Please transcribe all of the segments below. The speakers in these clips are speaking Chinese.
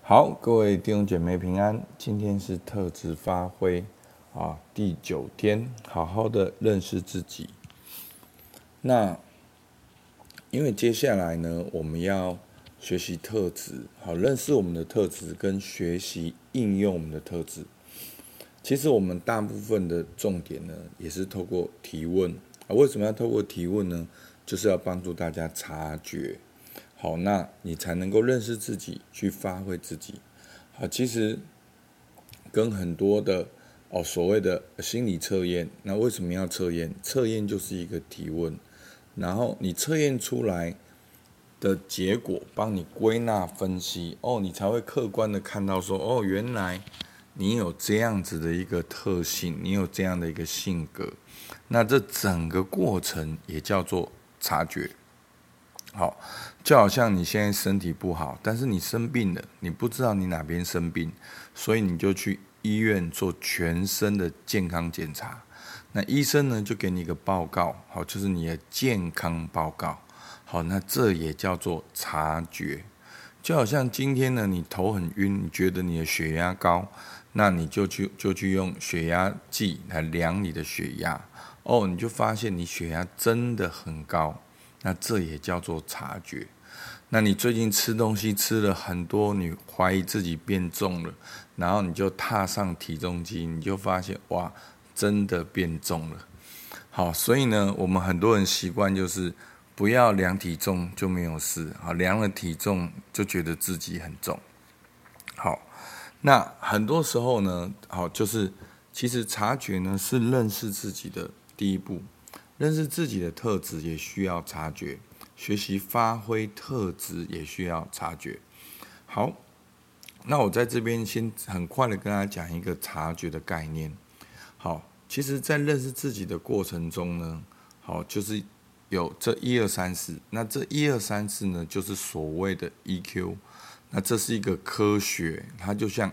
好，各位弟兄姐妹平安。今天是特质发挥第9天，好好的认识自己。那因为接下来呢，我们要学习特质，好认识我们的特质，跟学习应用我们的特质。其实我们大部分的重点呢，也是透过提问。为什么要透过提问呢？就是要帮助大家察觉。好，那你才能够认识自己，去发挥自己。好，其实跟很多的所谓的心理测验，那为什么要测验？测验就是一个提问，然后你测验出来的结果，帮你归纳分析，你才会客观的看到说，原来你有这样子的一个特性，你有这样的一个性格。那这整个过程也叫做察觉。好，就好像你现在身体不好，但是你生病了，你不知道你哪边生病，所以你就去医院做全身的健康检查。那医生呢就给你一个报告，好，就是你的健康报告。好，那这也叫做察觉。就好像今天呢，你头很晕，你觉得你的血压高，那你就去用血压计来量你的血压。你就发现你血压真的很高。那这也叫做察觉。那你最近吃东西吃了很多，你怀疑自己变重了，然后你就踏上体重机，你就发现哇，真的变重了。好，所以呢，我们很多人习惯就是不要量体重就没有事，好，量了体重就觉得自己很重。好，那很多时候呢，就是其实察觉呢是认识自己的第一步。认识自己的特质也需要察觉，学习发挥特质也需要察觉。好，那我在这边先很快的跟大家讲一个察觉的概念。好，其实在认识自己的过程中呢，就是有这1、2、3、4。那这1、2、3、4呢，就是所谓的 EQ。那这是一个科学，它就像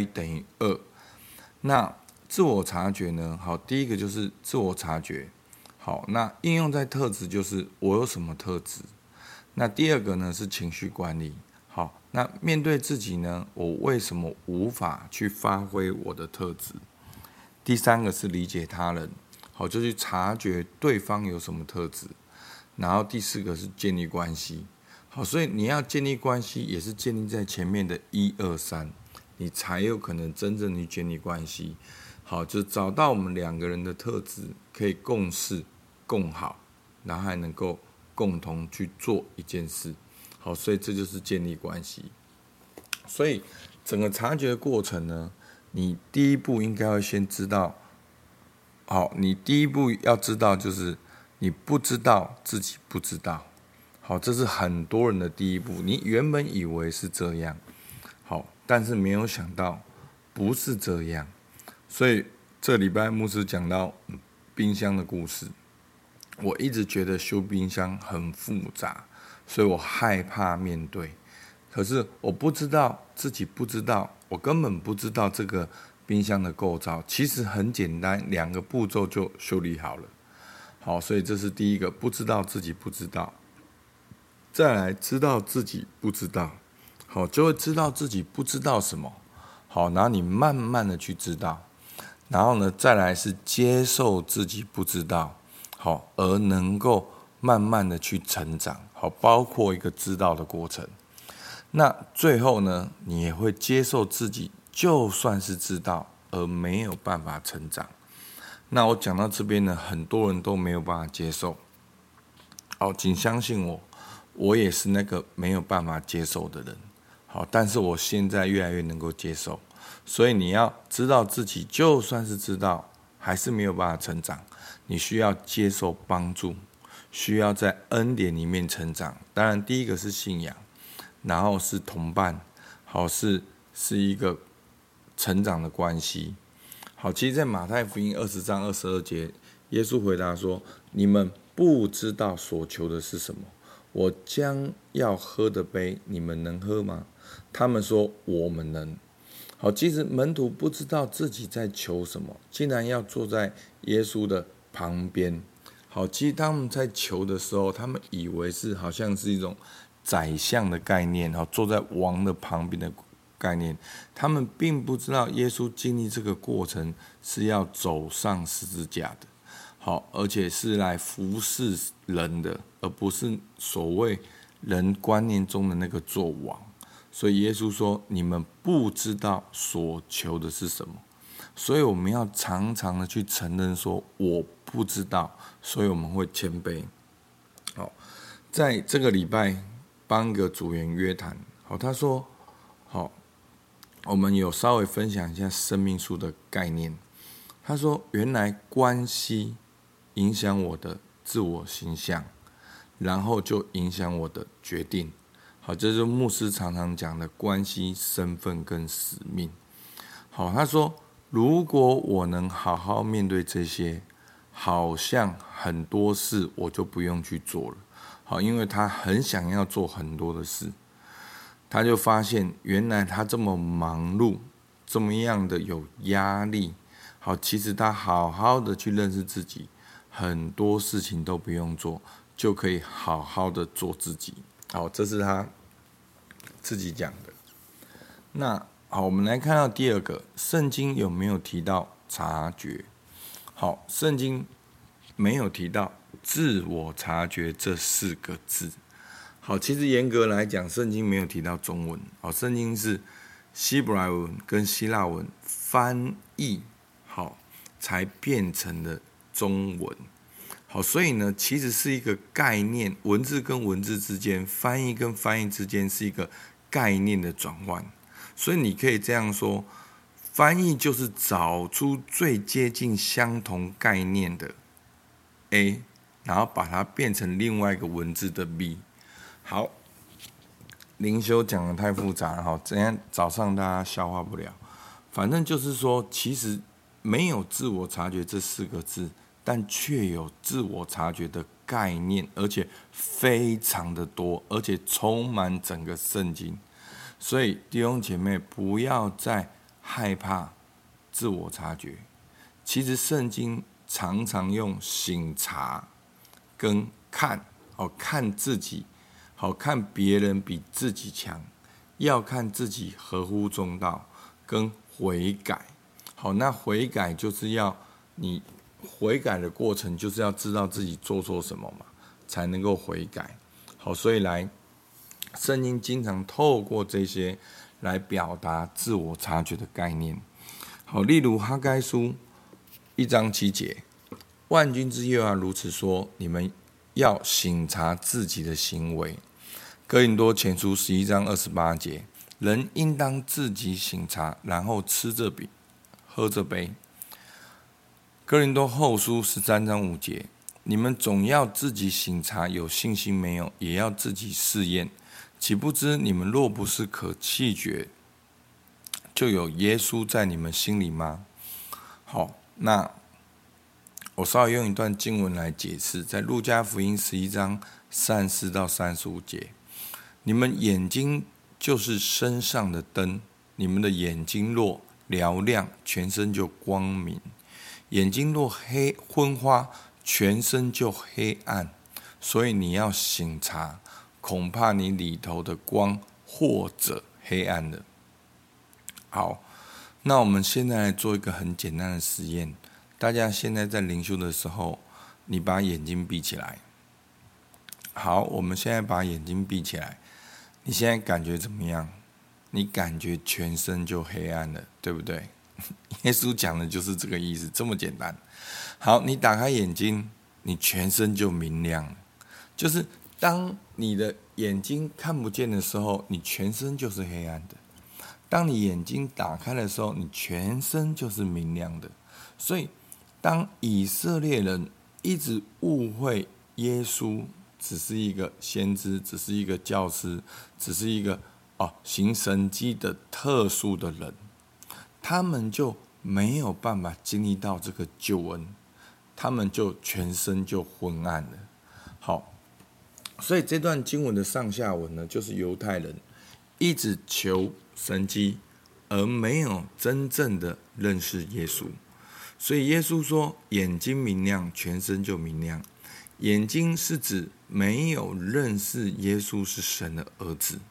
1+1=2。那自我察觉呢，第一个就是自我察觉。好，那应用在特质就是我有什么特质。那第二个呢是情绪管理。好，那面对自己呢，我为什么无法去发挥我的特质？第三个是理解他人。好，就去察觉对方有什么特质。然后第四个是建立关系。好，所以你要建立关系，也是建立在前面的1、2、3，你才有可能真正去建立关系。好，就找到我们2个人的特质，可以共事共好，然后还能够共同去做一件事。好，所以这就是建立关系。所以整个察觉的过程呢，你第一步应该要先知道，你第一步要知道就是你不知道自己不知道。好，这是很多人的第一步。你原本以为是这样，但是没有想到不是这样。所以这礼拜牧师讲到冰箱的故事。我一直觉得修冰箱很复杂，所以我害怕面对。可是我不知道自己不知道，我根本不知道这个冰箱的构造，其实很简单，2个步骤就修理好了。好，所以这是第一个，不知道自己不知道。再来，知道自己不知道，好，就会知道自己不知道什么。好，然后你慢慢的去知道，然后呢，再来是接受自己不知道。好，而能够慢慢的去成长，好，包括一个知道的过程。那最后呢，你也会接受自己就算是知道而没有办法成长。那我讲到这边呢，很多人都没有办法接受。好，请相信我，我也是那个没有办法接受的人。好，但是我现在越来越能够接受。所以你要知道自己就算是知道，还是没有办法成长。你需要接受帮助，需要在恩典里面成长。当然，第一个是信仰，然后是同伴，好，是一个成长的关系。好，其实，在马太福音20章22节，耶稣回答说：“你们不知道所求的是什么，我将要喝的杯，你们能喝吗？”他们说：“我们能。”好，其实门徒不知道自己在求什么，竟然要坐在耶稣的旁边。好，其实他们在求的时候，他们以为是好像是一种宰相的概念，坐在王的旁边的概念，他们并不知道耶稣经历这个过程是要走上十字架的，好，而且是来服侍人的，而不是所谓人观念中的那个做王。所以耶稣说：“你们不知道所求的是什么。”所以我们要常常的去承认说我不知道，所以我们会谦卑。好，在这个礼拜帮一个组员约谈，好，他说，好，我们有稍微分享一下生命树的概念。他说，原来关系影响我的自我形象，然后就影响我的决定。好，这就是牧师常常讲的关系、身份跟使命。好，他说，如果我能好好面对这些，好像很多事我就不用去做了。好，因为他很想要做很多的事，他就发现原来他这么忙碌，这么样的有压力。好，其实他好好的去认识自己，很多事情都不用做，就可以好好的做自己。好，这是他自己讲的。那好，我们来看到第二个，圣经有没有提到察觉？好，圣经没有提到自我察觉这4个字。好，其实严格来讲，圣经没有提到中文。好，圣经是希伯来文跟希腊文翻译好才变成了中文。好，所以呢，其实是一个概念，文字跟文字之间，翻译跟翻译之间是一个概念的转换。所以你可以这样说，翻译就是找出最接近相同概念的 A， 然后把它变成另外一个文字的 B。 好，灵修讲的太复杂了，怎样早上大家消化不了。反正就是说，其实没有自我察觉这4个字，但却有自我察觉的概念，而且非常的多，而且充满整个圣经。所以弟兄姐妹，不要再害怕自我察觉。其实圣经常常用省察跟看，看自己，看别人比自己强，要看自己合乎中道，跟悔改。好，那悔改就是要你悔改的过程，就是要知道自己做错什么嘛，才能够悔改。好，所以圣经经常透过这些来表达自我察觉的概念。好，例如哈该书1章7节，万军之耶和华如此说：你们要省察自己的行为。哥林多前书11章28节，人应当自己省察，然后吃这饼，喝这杯。哥林多后书13章5节，你们总要自己省察有信心没有，也要自己试验。岂不知你们若不是可弃绝，就有耶稣在你们心里吗？好，那我稍微用一段经文来解释，在路加福音11章34到35节，你们眼睛就是身上的灯，你们的眼睛若嘹亮，全身就光明；眼睛若昏花，全身就黑暗。所以你要省察，恐怕你里头的光或者黑暗了。好，那我们现在来做一个很简单的实验。大家现在在灵修的时候，你把眼睛闭起来。好，我们现在把眼睛闭起来，你现在感觉怎么样？你感觉全身就黑暗了，对不对？耶稣讲的就是这个意思，这么简单。好，你打开眼睛，你全身就明亮了。就是当你的眼睛看不见的时候，你全身就是黑暗的；当你眼睛打开的时候，你全身就是明亮的。所以当以色列人一直误会耶稣只是一个先知，只是一个教师，只是一个行神迹的特殊的人，他们就没有办法经历到这个救恩，他们就全身就昏暗了。好，所以这段经文的上下文呢，就是犹太人一直求神迹，而没有真正的认识耶稣。所以耶稣说，眼睛明亮，全身就明亮。眼睛是指没有认识耶稣是神的儿子，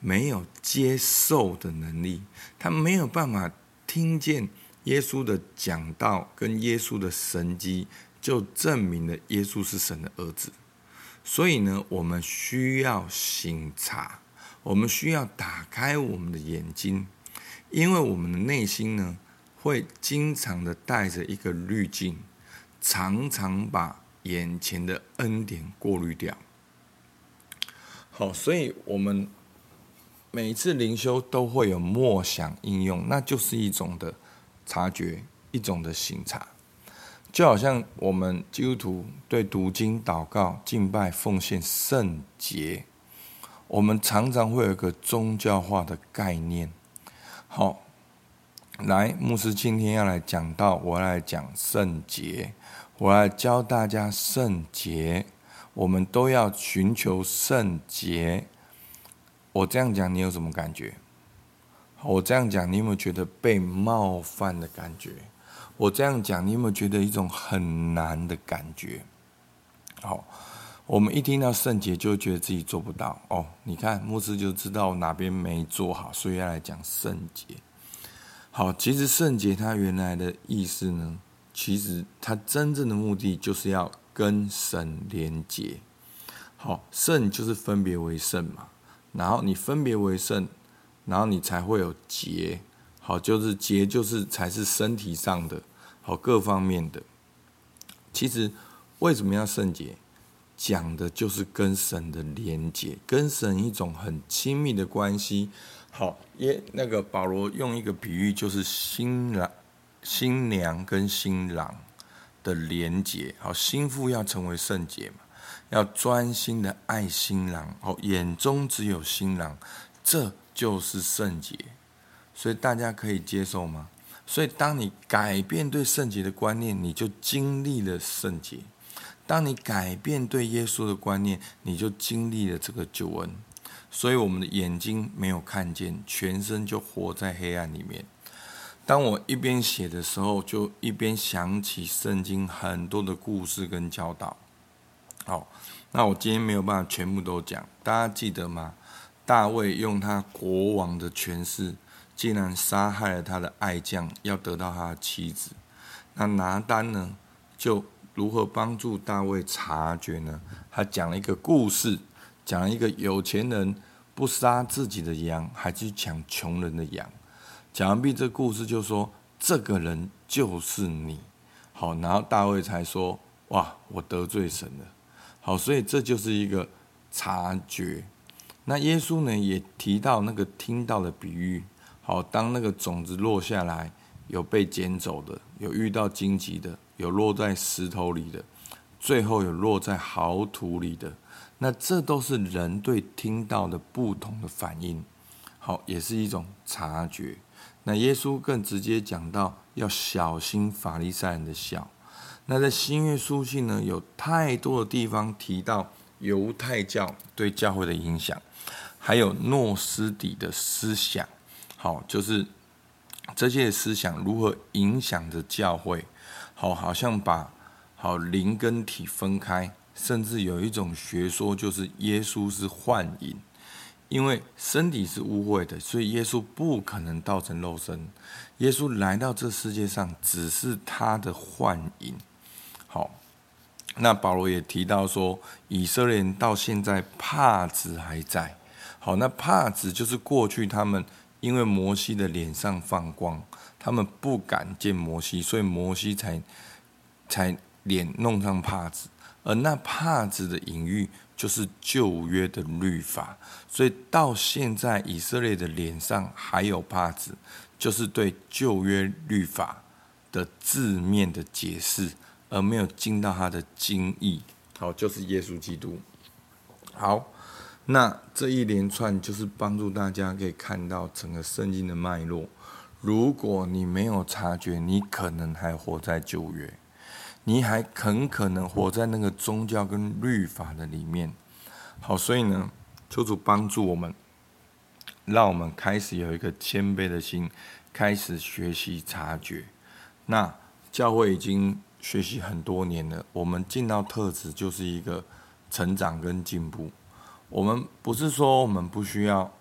没有接受的能力，他没有办法听见耶稣的讲道跟耶稣的神迹，就证明了耶稣是神的儿子。所以呢，我们需要省察，我们需要打开我们的眼睛，因为我们的内心呢，会经常的带着一个滤镜，常常把眼前的恩典过滤掉。好，所以我们每一次灵修都会有默想应用，那就是一种的察觉，一种的省察。就好像我们基督徒对读经、祷告、敬拜、奉献、圣洁，我们常常会有一个宗教化的概念。好，来，牧师今天要来讲到，我要来讲圣洁，我要来教大家圣洁，我们都要寻求圣洁。我这样讲，你有什么感觉？我这样讲，你有没有觉得被冒犯的感觉？我这样讲，你有没有觉得一种很难的感觉？好，我们一听到圣洁，就会觉得自己做不到。你看牧师就知道哪边没做好，所以要来讲圣洁。好，其实圣洁它原来的意思呢，其实它真正的目的就是要跟神连结。好，圣就是分别为圣嘛，然后你分别为圣，然后你才会有洁。好，就是洁就是才是身体上的，好，各方面的。其实为什么要圣洁？讲的就是跟神的连结，跟神一种很亲密的关系。好，那个保罗用一个比喻，就是新娘跟新郎的连结。好，新妇要成为圣洁嘛，要专心的爱新郎。好，眼中只有新郎，这就是圣洁。所以大家可以接受吗？所以当你改变对圣洁的观念，你就经历了圣洁。当你改变对耶稣的观念，你就经历了这个救恩。所以我们的眼睛没有看见，全身就活在黑暗里面。当我一边写的时候，就一边想起圣经很多的故事跟教导。好，那我今天没有办法全部都讲，大家记得吗？大卫用他国王的权势，竟然杀害了他的爱将，要得到他的妻子。那拿单呢，就如何帮助大卫察觉呢？他讲了一个故事，讲了一个有钱人不杀自己的羊，还去抢穷人的羊。讲完毕这故事就说，这个人就是你。好，然后大卫才说，哇，我得罪神了。好，所以这就是一个察觉。那耶稣呢，也提到那个听到的比喻。好，当那个种子落下来，有被捡走的，有遇到荆棘的，有落在石头里的，最后有落在好土里的。那这都是人对听到的不同的反应。好，也是一种察觉。那耶稣更直接讲到，要小心法利赛人的笑。那在新约书信呢，有太多的地方提到犹太教对教会的影响，还有诺斯底的思想。好，就是这些思想如何影响着教会。好像把灵跟体分开，甚至有一种学说，就是耶稣是幻影。因为身体是污秽的，所以耶稣不可能道成肉身。耶稣来到这世界上，只是他的幻影。好，那保罗也提到说，以色列人到现在帕子还在。好，那帕子就是过去他们因为摩西的脸上放光，他们不敢见摩西，所以摩西才脸弄上帕子。而那帕子的隐喻就是旧约的律法，所以到现在以色列的脸上还有帕子，就是对旧约律法的字面的解释，而没有进到它的精义。好，就是耶稣基督。好，那这一连串就是帮助大家可以看到整个圣经的脉络。如果你没有察觉，你可能还活在旧约，你还很可能活在那个宗教跟律法的里面。好，所以呢，求主帮助我们，让我们开始有一个谦卑的心，开始学习察觉。那教会已经学习很多年了，我们进到特质就是一个成长跟进步。我们不是说我们不需要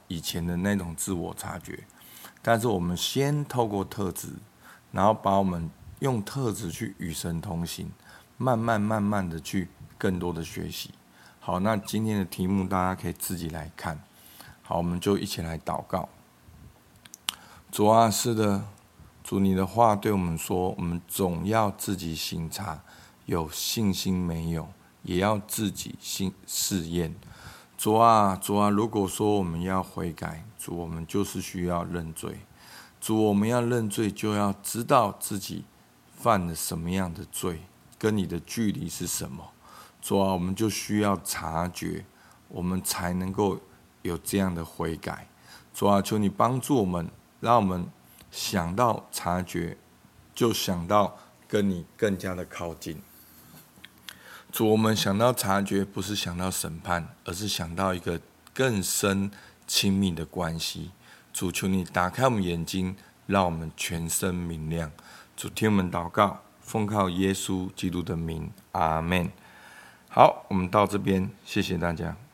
以前的那种自我察觉，但是我们先透过特质，然后把我们用特质去与神同行，慢慢的去更多的学习。好，那今天的题目大家可以自己来看。好，我们就一起来祷告。主啊，是的，主，你的话对我们说，我们总要自己省察，有信心没有，也要自己试验。主啊，如果说我们要悔改，主，我们就是需要认罪。主，我们要认罪，就要知道自己犯了什么样的罪，跟你的距离是什么。主啊，我们就需要察觉，我们才能够有这样的悔改。主啊，求你帮助我们，让我们想到察觉，就想到跟你更加的靠近。主，我们想到察觉，不是想到审判，而是想到一个更深亲密的关系。主，求你打开我们眼睛，让我们全身明亮。主，听我们祷告，奉靠耶稣基督的名，阿们。好，我们到这边，谢谢大家。